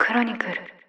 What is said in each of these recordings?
クロニクル。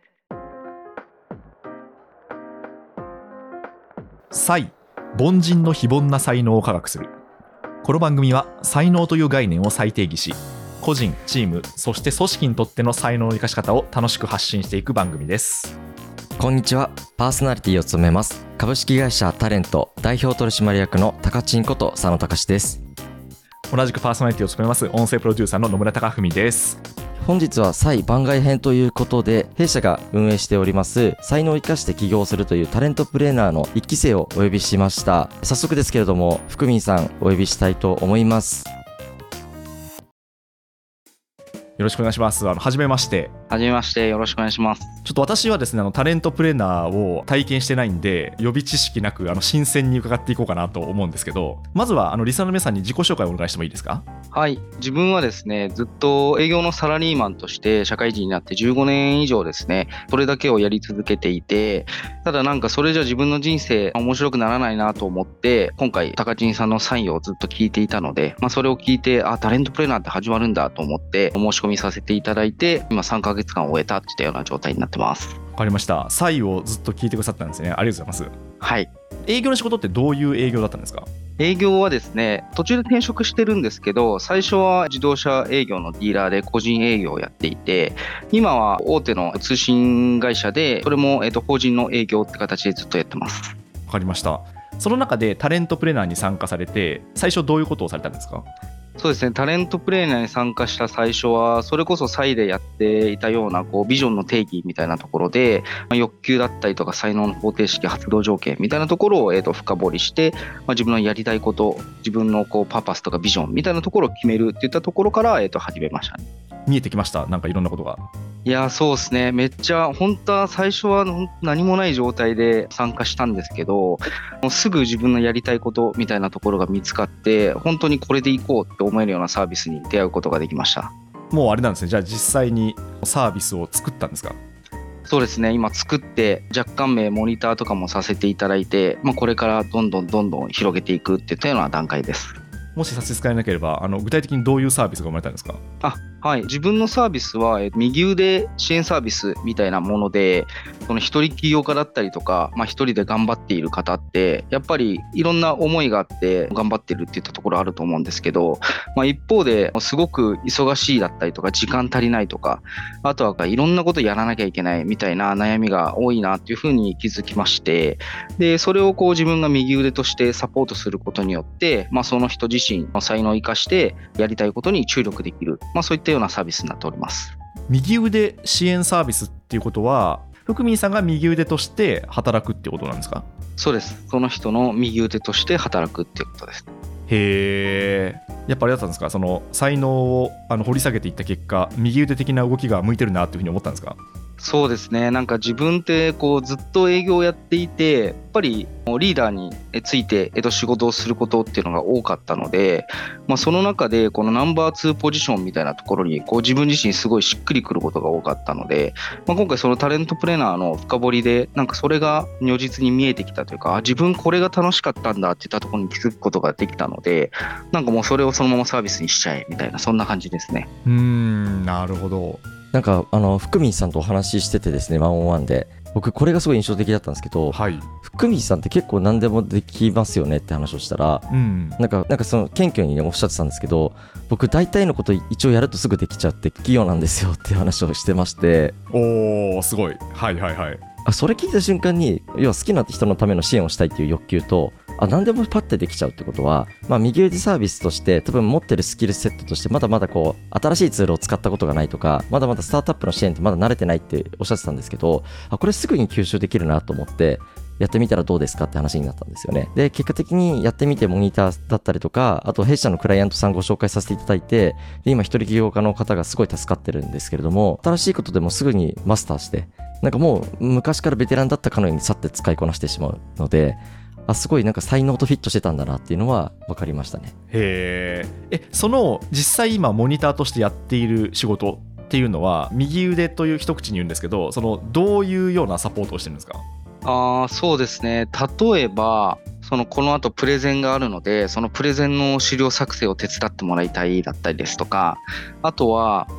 才、凡人の非凡な才能を科学する。この番組は才能という概念を再定義し、個人、チーム、そして組織にとっての才能の生かし方を楽しく発信していく番組です。 こんにちは。パーソナリティを務めます株式会社タレント代表取締役のたかちんこと佐野隆です。 同じくパーソナリティを務めます音声プロデューサーの野村貴文です。 本日は才番外編ということで、弊社が運営しております才能を生かして起業するというタレントプレーナーの1期生をお呼びしました。早速ですけれども、福民さんお呼びしたいと思います。 よろしくお願いします。はじめまして。 はじめまして、よろしくお願いします。 ちょっと私はですね、タレントプレーナーを体験してないんで、予備知識なく新鮮に伺っていこうかなと思うんですけど、まずはリスナーの皆さんに自己紹介をお願いしてもいいですか？ はい、自分はですね、ずっと営業のサラリーマンとして社会人になって15年以上ですね、それだけをやり続けていて、ただそれじゃ自分の人生面白くならないなと思って、今回たかちんさんのサインをずっと聞いていたので、それを聞いて、タレントプレーナーって始まるんだと思って申し込みさせていただいて、今3ヶ月間終えたっていったような状態になってます。 わかりました。サイをずっと聞いてくださったんですね。ありがとうございます。 はい。 営業の仕事ってどういう営業だったんですか？ 営業はですね、途中で転職してるんですけど、最初は自動車営業のディーラーで個人営業をやっていて、今は大手の通信会社で、それも法人の営業って形でずっとやってます。 わかりました。その中でタレントプレーナーに参加されて、最初どういうことをされたんですか？ そうですね、タレントプレーナーに参加した最初は、それこそサイでやっていたようなビジョンの定義みたいなところで、欲求だったりとか才能の方程式、発動条件みたいなところを深掘りして、自分のやりたいこと、自分のパーパスとかビジョンみたいなところを決めるっていったところから始めましたね。 見えてきました？いろんなことが。 いや、そうですね。めっちゃ本当は最初は何もない状態で参加したんですけど、もうすぐ自分のやりたいことみたいなところが見つかって、本当にこれでいこうって思えるようなサービスに出会うことができました。 もうあれなんですね。じゃあ実際にサービスを作ったんですか？ そうですね。今作って若干名モニターとかもさせていただいて、これからどんどん広げていくっていったような段階です。 もし差し支えなければ具体的にどういうサービスが生まれたんですか？ はい、自分のサービスは右腕支援サービスみたいなもので、その一人起業家だったりとか、一人で頑張っている方ってやっぱりいろんな思いがあって頑張ってるっていったところあると思うんですけど、一方ですごく忙しいだったりとか時間足りないとか、あとはいろんなことやらなきゃいけないみたいな悩みが多いなっていうふうに気づきまして、でそれを自分が右腕としてサポートすることによって、その人自身の才能を生かしてやりたいことに注力できる、そういったようなサービスになっております。 右腕支援サービスっていうことは、福民さんが右腕として働くってことなんですか？ そうです。その人の右腕として働くっていうことです。 へー。やっぱあれだったんですか？その才能を掘り下げていった結果、右腕的な動きが向いてるなっていうふうに思ったんですか？ そうですね。自分ってずっと営業をやっていて、やっぱりリーダーについて仕事をすることっていうのが多かったので、その中でこのナンバー2ポジションみたいなところに自分自身すごいしっくりくることが多かったので、今回そのタレントプレーナーの深掘りでそれが如実に見えてきたというか、自分これが楽しかったんだっていったところに気づくことができたので、もうそれをそのままサービスにしちゃえみたいな、そんな感じですね。 なるほど。 福民さんとお話ししててですね、ワンオンワンで僕これがすごい印象的だったんですけど、 はい、 福民さんって結構何でもできますよねって話をしたら、その謙虚に、おっしゃってたんですけど、僕大体のこと一応やるとすぐできちゃって器用なんですよっていう話をしてまして。 おー、すごい。はいはいはい。 それ聞いた瞬間に、要は好きな人のための支援をしたいっていう欲求と、何でもパッてできちゃうってことは、右腕サービスとして多分持ってるスキルセットとしてまだまだ新しいツールを使ったことがないとか、まだまだスタートアップの支援ってまだ慣れてないっておっしゃってたんですけど、これすぐに吸収できるなと思ってやってみたらどうですかって話になったんですよね。で結果的にやってみてモニターだったりとか、あと弊社のクライアントさんご紹介させていただいて、で今一人起業家の方がすごい助かってるんですけれども、新しいことでもすぐにマスターして、もう昔からベテランだったかのようにさって使いこなしてしまうので、すごい才能とフィットしてたんだなっていうのは分かりましたね。 へー。その実際今モニターとしてやっている仕事っていうのは、右腕という一口に言うんですけど、どういうようなサポートをしてるんですか？ そうですね。例えばこの後プレゼンがあるので、そのプレゼンの資料作成を手伝ってもらいたいだったりですとか、あとは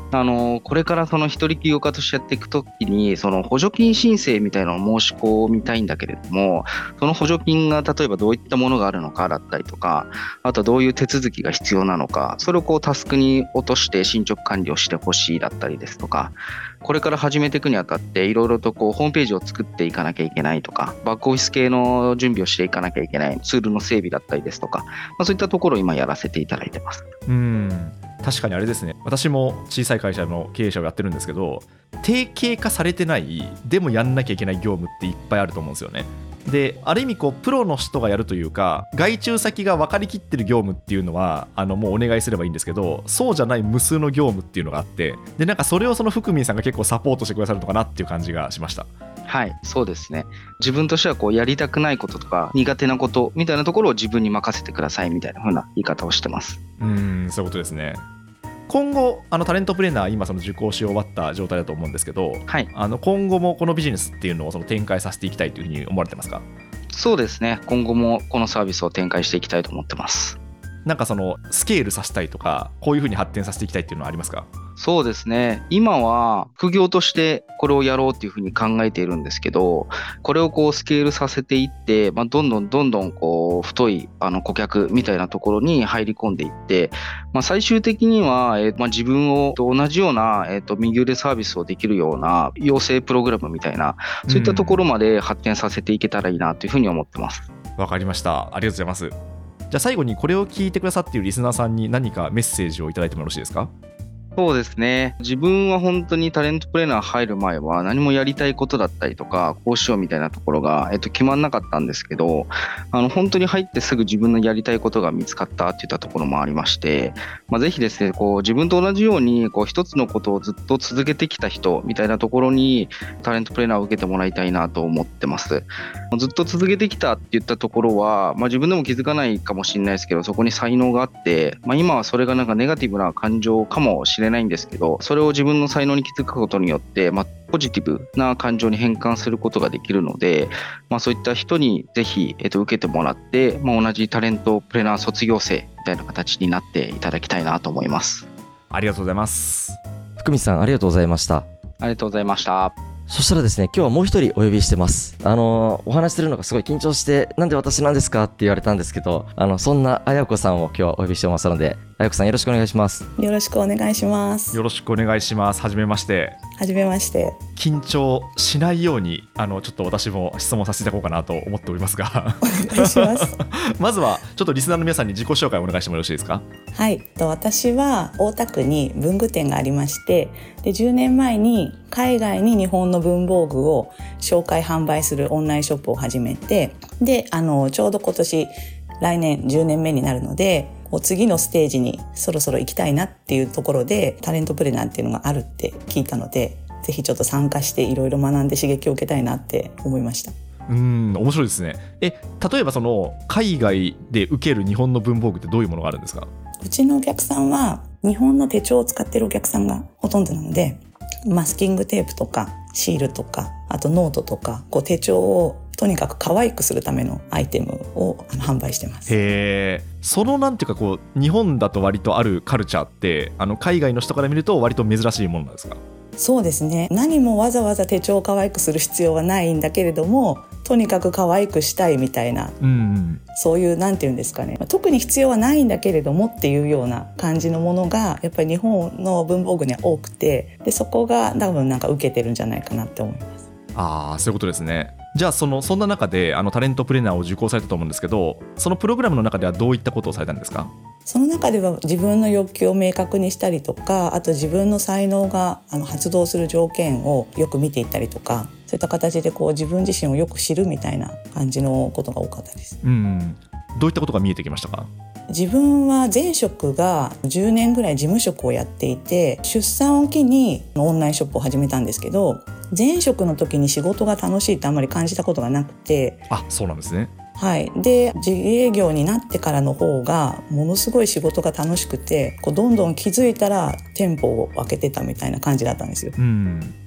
これからその一人起業家としてやっていくときに、その補助金申請みたいなのを申し込みたいんだけれども、その補助金が例えばどういったものがあるのかだったりとか、あとはどういう手続きが必要なのか、それをタスクに落として進捗管理をしてほしいだったりですとか、これから始めていくにあたっていろいろとホームページを作っていかなきゃいけないとか、バックオフィス系の準備をしていかなきゃいけないツールの整備だったりですとか、そういったところを今やらせていただいてます。 確かにあれですね、私も小さい会社の経営者をやってるんですけど、定型化されてないでもやんなきゃいけない業務っていっぱいあると思うんですよね。である意味プロの人がやるというか、外注先が分かりきってる業務っていうのはもうお願いすればいいんですけど、そうじゃない無数の業務っていうのがあって、でなんかそれをその福民さんが結構サポートしてくださるのかなっていう感じがしました。 はい、そうですね。自分としてはやりたくないこととか苦手なことみたいなところを自分に任せてくださいみたいな風な言い方をしてます。 そういうことですね。今後タレントプレーナー今その受講し終わった状態だと思うんですけど、 はい、 今後もこのビジネスっていうのを展開させていきたいというふうに思われてますか？ そうですね、今後もこのサービスを展開していきたいと思ってます。 なんかスケールさせたいとか、こういうふうに発展させていきたいっていうのはありますか？ そうですね、今は副業としてこれをやろうっていうふうに考えているんですけど、これをスケールさせていって、どんどん太い顧客みたいなところに入り込んでいって、最終的には、自分を同じような、右腕サービスをできるような養成プログラムみたいな、そういったところまで発展させていけたらいいなというふうに思ってます。 わかりました。ありがとうございます。じゃあ最後にこれを聞いてくださっているリスナーさんに何かメッセージをいただいてもよろしいですか？ そうですね、自分は本当にタレントプレーナー入る前は何もやりたいことだったりとかこうしようみたいなところが、決まんなかったんですけど、本当に入ってすぐ自分のやりたいことが見つかったっていったところもありまして、ぜひですね自分と同じように一つのことをずっと続けてきた人みたいなところにタレントプレーナーを受けてもらいたいなと思ってます。ずっと続けてきたっていったところは、自分でも気づかないかもしれないですけど、そこに才能があって、今はそれがなんかネガティブな感情かもしれないんですけど、それを自分の才能に気づくことによって、ポジティブな感情に変換することができるので、そういった人にぜひ、受けてもらって、同じタレントプレーナー卒業生みたいな形になっていただきたいなと思います。 ありがとうございます。 福見さんありがとうございました。 ありがとうございました。 そしたらですね、今日はもう一人お呼びしてます。お話しするのがすごい緊張して、なんで私なんですかって言われたんですけど、そんなあやこさんを今日はお呼びしてますので、あやこさんよろしくお願いします。 よろしくお願いします。 よろしくお願いします。はじめまして。 はじめまして。 緊張しないようにちょっと私も質問させていただこうかなと思っておりますがお願いしますまずはちょっとリスナーの皆さんに自己紹介をお願いしてもよろしいですか？ はい、私は大田区に文具店がありまして、で10年前に海外に日本の文房具を紹介販売するオンラインショップを始めて、でちょうど今年来年10年目になるので、次のステージにそろそろ行きたいなっていうところでタレントプレーナーっていうのがあるって聞いたので、ぜひちょっと参加していろいろ学んで刺激を受けたいなって思いました。 面白いですね。例えば海外で受ける日本の文房具ってどういうものがあるんですか？ うちのお客さんは日本の手帳を使ってるお客さんがほとんどなので、マスキングテープとかシールとか、あとノートとか手帳をとにかく可愛くするためのアイテムを販売してます。 へー、なんていうか日本だと割とあるカルチャーって海外の人から見ると割と珍しいものなんですか？ そうですね、何もわざわざ手帳を可愛くする必要はないんだけれども、とにかく可愛くしたいみたいな、そういうなんていうんですかね、特に必要はないんだけれどもっていうような感じのものがやっぱり日本の文房具には多くて、でそこが多分なんか受けてるんじゃないかなって思います。 そういうことですね。じゃあそんな中でタレントプレーナーを受講されたと思うんですけど、そのプログラムの中ではどういったことをされたんですか？ その中では自分の欲求を明確にしたりとか、あと自分の才能が発動する条件をよく見ていったりとか、そういった形で自分自身をよく知るみたいな感じのことが多かったです。 どういったことが見えてきましたか？ 自分は前職が10年ぐらい事務職をやっていて、出産を機にオンラインショップを始めたんですけど、前職の時に仕事が楽しいってあんまり感じたことがなくて。 そうなんですね。 はい、で自営業になってからの方がものすごい仕事が楽しくて、どんどん気づいたら店舗を開けてたみたいな感じだったんですよ。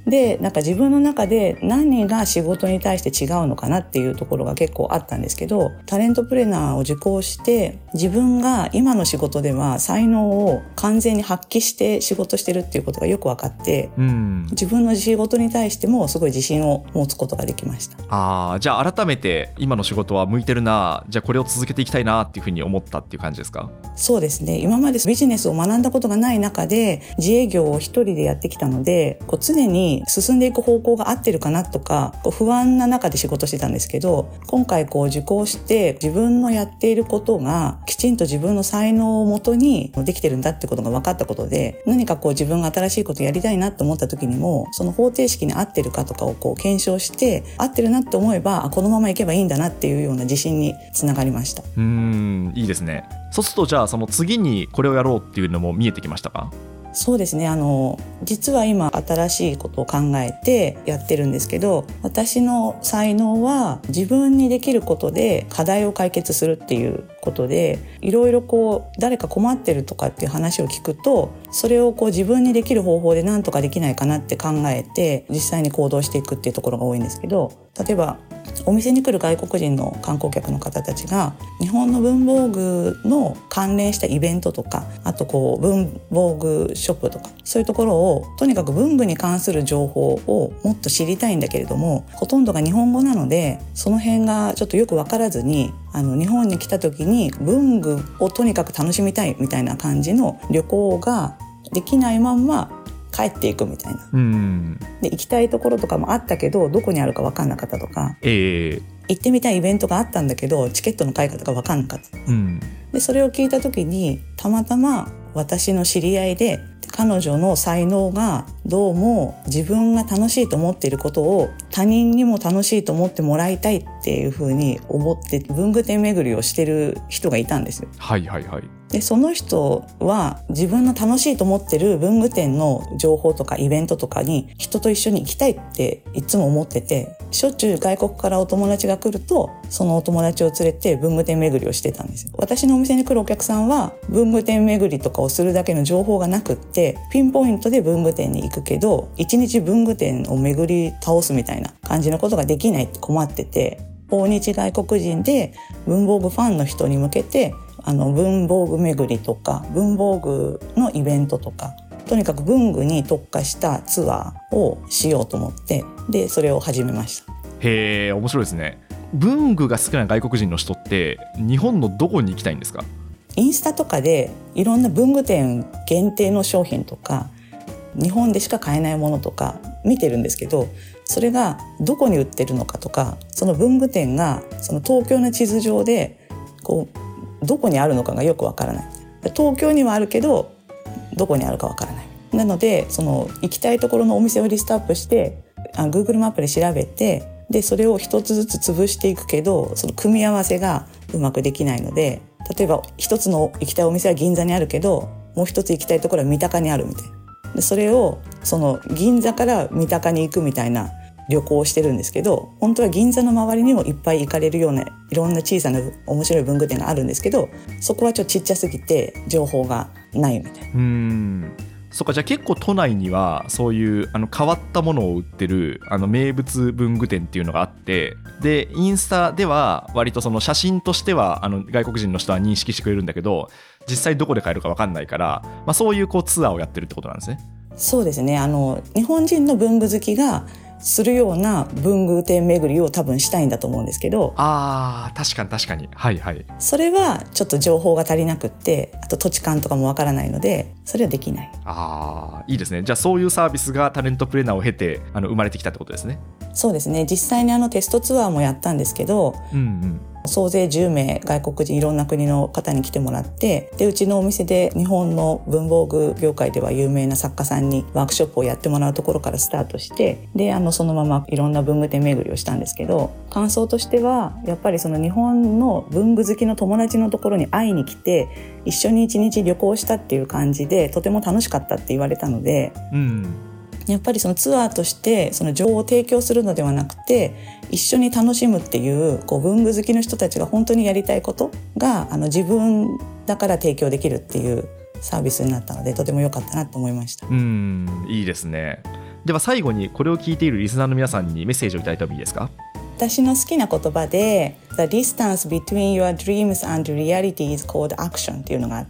でなんか自分の中で何が仕事に対して違うのかなっていうところが結構あったんですけど、タレントプレーナーを受講して自分が今の仕事では才能を完全に発揮して仕事してるっていうことがよく分かって、自分の仕事に対してもすごい自信を持つことができました。 じゃあ改めて今の仕事は向いてるな、じゃあこれを続けていきたいなっていうふうに思ったっていう感じですか？ そうですね。今までビジネスを学んだことがない中で自営業を一人でやってきたので、常に進んでいく方向が合ってるかなとか不安な中で仕事してたんですけど、今回受講して自分のやっていることがきちんと自分の才能をもとにできてるんだってことが分かったことで、何か自分が新しいことやりたいなと思った時にもその方程式に合ってるかとかを検証して、合ってるなって思えばこのままいけばいいんだなっていうような自信につながりました。 いいですね。そうするとじゃあその次にこれをやろうっていうのも見えてきましたか？ そうですね。実は今新しいことを考えてやってるんですけど、私の才能は自分にできることで課題を解決するっていうことで、いろいろ誰か困ってるとかっていう話を聞くと、それを自分にできる方法で何とかできないかなって考えて実際に行動していくっていうところが多いんですけど、例えばお店に来る外国人の観光客の方たちが日本の文房具の関連したイベントとか、あと文房具ショップとか、そういうところをとにかく文具に関する情報をもっと知りたいんだけれども、ほとんどが日本語なのでその辺がちょっとよく分からずに、日本に来た時に文具をとにかく楽しみたいみたいな感じの旅行ができないまんま帰っていくみたいな、で行きたいところとかもあったけどどこにあるか分かんなかったとか、行ってみたいイベントがあったんだけどチケットの買い方が分かんなかった、でそれを聞いた時にたまたま私の知り合いで彼女の才能がどうも自分が楽しいと思っていることを他人にも楽しいと思ってもらいたいっていうふうに思って文具店巡りをしてる人がいたんですよ。でその人は自分の楽しいと思ってる文具店の情報とかイベントとかに人と一緒に行きたいっていつも思ってて、しょっちゅう外国からお友達が来るとそのお友達を連れて文具店巡りをしてたんですよ。私のお店に来るお客さんは文具店巡りとかをするだけの情報がなくって、ピンポイントで文具店に行くけど一日文具店を巡り倒すみたいな感じのことができないって困ってて、訪日外国人で文房具ファンの人に向けて文房具巡りとか文房具のイベントとか、とにかく文具に特化したツアーをしようと思って、でそれを始めました。 へえ、面白いですね。文具が好きな外国人の人って日本のどこに行きたいんですか？ インスタとかでいろんな文具店限定の商品とか日本でしか買えないものとか見てるんですけど、それがどこに売ってるのかとか、その文具店がその東京の地図上でどこにあるのかがよくわからない。東京にはあるけどどこにあるかわからない。なのでその行きたいところのお店をリストアップしてGoogle マップで調べて、でそれを一つずつ潰していくけどその組み合わせがうまくできないので、例えば一つの行きたいお店は銀座にあるけどもう一つ行きたいところは三鷹にあるみたいな。でそれをその銀座から三鷹に行くみたいな旅行をしてるんですけど、本当は銀座の周りにもいっぱい行かれるようないろんな小さな面白い文具店があるんですけど、そこはちょっとちっちゃすぎて情報がないみたいな。 そっか、じゃあ結構都内にはそういう変わったものを売ってる名物文具店っていうのがあって、でインスタでは割とその写真としては外国人の人は認識してくれるんだけど、実際どこで買えるか分かんないから、そういうツアーをやってるってことなんですね。 そうですね。日本人の文具好きがするような文具店巡りを多分したいんだと思うんですけど、 確かにそれはちょっと情報が足りなくって、あと土地勘とかもわからないのでそれはできない。 いいですね。じゃあそういうサービスがタレントプレーナーを経て生まれてきたってことですね。 そうですね。実際にテストツアーもやったんですけど、総勢10名外国人いろんな国の方に来てもらって、でうちのお店で日本の文房具業界では有名な作家さんにワークショップをやってもらうところからスタートして、でそのままいろんな文具店巡りをしたんですけど、感想としてはやっぱりその日本の文具好きの友達のところに会いに来て一緒に一日旅行したっていう感じでとても楽しかったって言われたので、やっぱりそのツアーとしてその情報を提供するのではなくて一緒に楽しむっていう文具好きの人たちが本当にやりたいことが自分だから提供できるっていうサービスになったのでとても良かったなと思いました。 いいですね。 では最後にこれを聞いているリスナーの皆さんにメッセージをいただいてもいいですか？ 私の好きな言葉で The distance between your dreams and reality is called action っていうのがあって、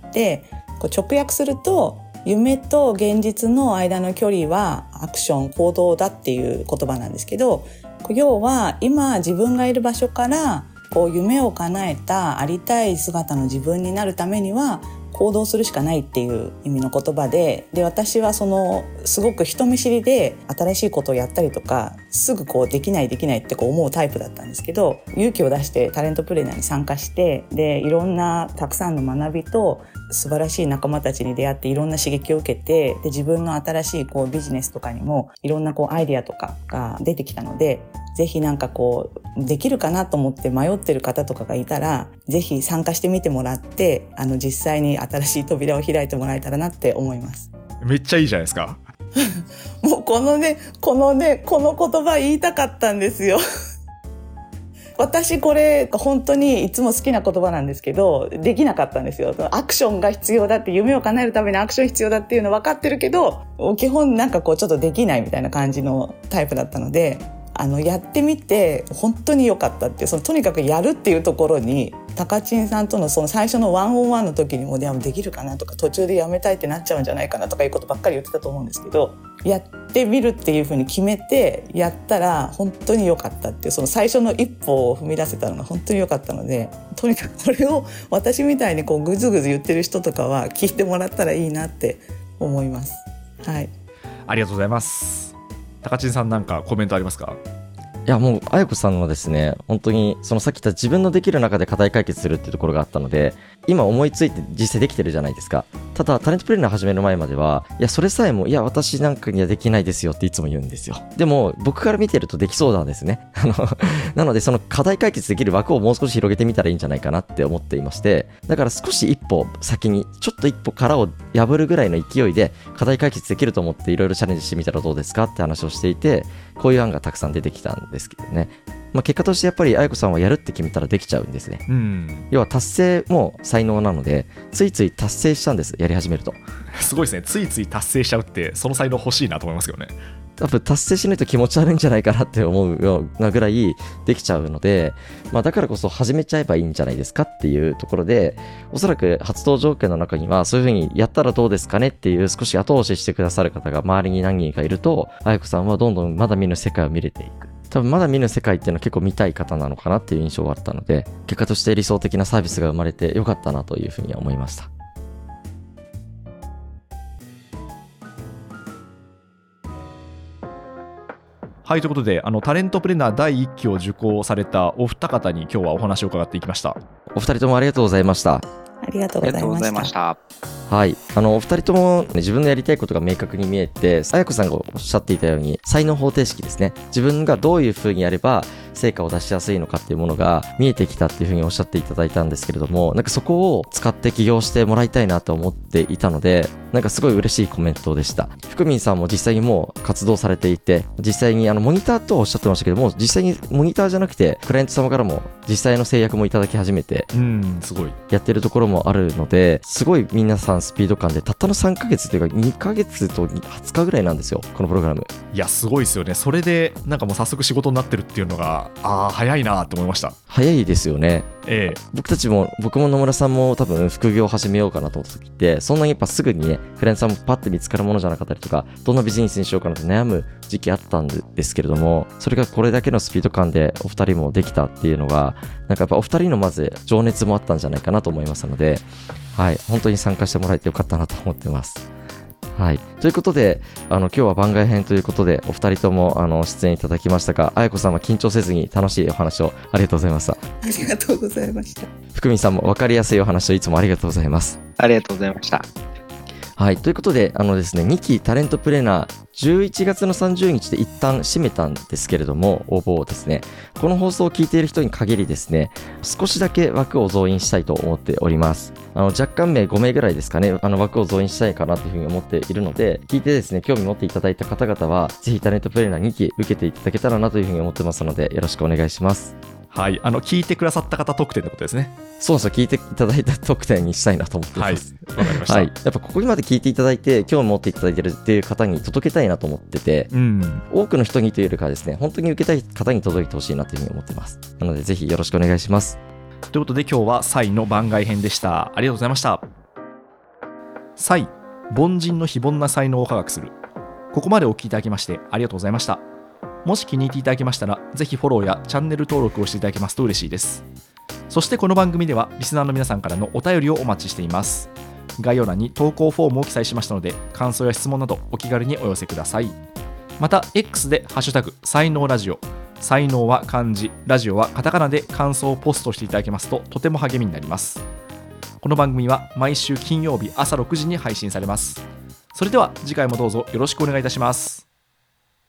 こう直訳すると夢と現実の間の距離はアクション、行動だっていう言葉なんですけど、要は今自分がいる場所からこう夢を叶えたありたい姿の自分になるためには行動するしかないっていう意味の言葉で、私はすごく人見知りで新しいことをやったりとかすぐできないって思うタイプだったんですけど、勇気を出してタレントプレーナーに参加して、でいろんなたくさんの学びと素晴らしい仲間たちに出会っていろんな刺激を受けて、で自分の新しいビジネスとかにもいろんなアイデアとかが出てきたので、ぜひできるかなと思って迷ってる方とかがいたら、ぜひ参加してみてもらって、実際に新しい扉を開いてもらえたらなって思います。 めっちゃいいじゃないですか。 もうこの言葉言いたかったんですよ。私これ本当にいつも好きな言葉なんですけど、できなかったんですよ。アクションが必要だって、夢を叶えるためにアクション必要だっていうの分かってるけど、基本ちょっとできないみたいな感じのタイプだったので、やってみて本当に良かったっていう、とにかくやるっていうところに、タカチンさんとの最初のワンオンワンの時にも、できるかなとか途中でやめたいってなっちゃうんじゃないかなとかいうことばっかり言ってたと思うんですけど、やってみるっていうふうに決めてやったら本当に良かったっていう、最初の一歩を踏み出せたのが本当に良かったので、とにかくこれを私みたいにぐずぐず言ってる人とかは聞いてもらったらいいなって思います。はい、 ありがとうございます。タカチンさん、なんかコメントありますか？ いや、もうあやこさんはですね、本当にさっき言った自分のできる中で課題解決するっていうところがあったので、今思いついて実際できてるじゃないですか。ただタレントプレーナー始める前までは、いやそれさえも、いや私なんかにはできないですよっていつも言うんですよ。でも僕から見てるとできそうなんですね。なのでその課題解決できる枠をもう少し広げてみたらいいんじゃないかなって思っていまして、だから少し一歩先に、ちょっと一歩殻を破るぐらいの勢いで課題解決できると思っていろいろチャレンジしてみたらどうですかって話をしていて、こういう案がたくさん出てきたんですけどね。結果としてやっぱりあやこさんはやるって決めたらできちゃうんですね。要は達成も才能なので、ついつい達成しちゃうんです、やり始めると。 すごいですね。ついつい達成しちゃうって、その才能欲しいなと思いますけどね。 多分達成しないと気持ち悪いんじゃないかなって思うようなぐらいできちゃうので、だからこそ始めちゃえばいいんじゃないですかっていうところで、おそらく発動条件の中にはそういう風にやったらどうですかねっていう少し後押ししてくださる方が周りに何人かいると、あやこさんはどんどんまだ見ぬ世界を見れていく。多分まだ見ぬ世界っていうのは結構見たい方なのかなっていう印象があったので、結果として理想的なサービスが生まれてよかったなというふうに思いました。 はい、ということでタレントプレーナー第1期を受講されたお二方に今日はお話を伺っていきました。 お二人ともありがとうございました。 ありがとうございました。 はい、お二人とも、自分のやりたいことが明確に見えて、あやこさんがおっしゃっていたように才能方程式ですね。自分がどういう風にやれば成果を出しやすいのかっていうものが見えてきたっていう風におっしゃっていただいたんですけれども、そこを使って起業してもらいたいなと思っていたので、すごい嬉しいコメントでした。ふくみんさんも実際にもう活動されていて、実際にモニターとおっしゃってましたけども、実際にモニターじゃなくてクライアント様からも実際の制約もいただき始めて、 すごいやってるところもあるので、すごい皆さんスピード感で、たったの3ヶ月というか2ヶ月と20日ぐらいなんですよ、このプログラム。 いやすごいですよね。それでもう早速仕事になってるっていうのが早いなって思いました。 早いですよね。僕も野村さんも多分副業を始めようかなと思った時って、そんなにやっぱすぐにねクライアントさんもパッて見つかるものじゃなかったりとか、どんなビジネスにしようかなって悩む時期あったんですけれども、それがこれだけのスピード感でお二人もできたっていうのが、やっぱお二人のまず情熱もあったんじゃないかなと思いますので、はい、本当に参加してもらえてよかったなと思ってます。はい、ということで今日は番外編ということでお二人とも出演いただきましたが、あやこさんは緊張せずに楽しいお話をありがとうございました。 ありがとうございました。 福見さんも分かりやすいお話をいつもありがとうございます。 ありがとうございました。 はい、ということでですね、2期タレントプレーナー11月の30日で一旦閉めたんですけれども、応募をですね、この放送を聞いている人に限りですね、少しだけ枠を増員したいと思っております。若干名5名ぐらいですかね、枠を増員したいかなというふうに思っているので、聞いてですね、興味持っていただいた方々はぜひタレントプレーナー2期受けていただけたらなというふうに思ってますので、よろしくお願いします。 はい、聞いてくださった方特典ってことですね。 そうそう、聞いていただいた特典にしたいなと思っています。 わかりました。 はい、やっぱここまで聞いていただいて興味持っていただいてるっていう方に届けたいなと思ってて、多くの人にというよりかはですね、本当に受けたい方に届いてほしいなというふうに思ってます。なのでぜひよろしくお願いします。 ということで今日はサイの番外編でした。ありがとうございました。サイ、凡人の非凡な才能を科学する。ここまでお聞きいただきましてありがとうございました。もし気に入っていただけましたら、ぜひフォローやチャンネル登録をしていただけますと嬉しいです。そしてこの番組ではリスナーの皆さんからのお便りをお待ちしています。概要欄に投稿フォームを記載しましたので、感想や質問などお気軽にお寄せください。また X でハッシュタグ才能ラジオ、才能は漢字、ラジオはカタカナで感想をポストしていただけますととても励みになります。この番組は毎週金曜日朝6時に配信されます。それでは次回もどうぞよろしくお願いいたします。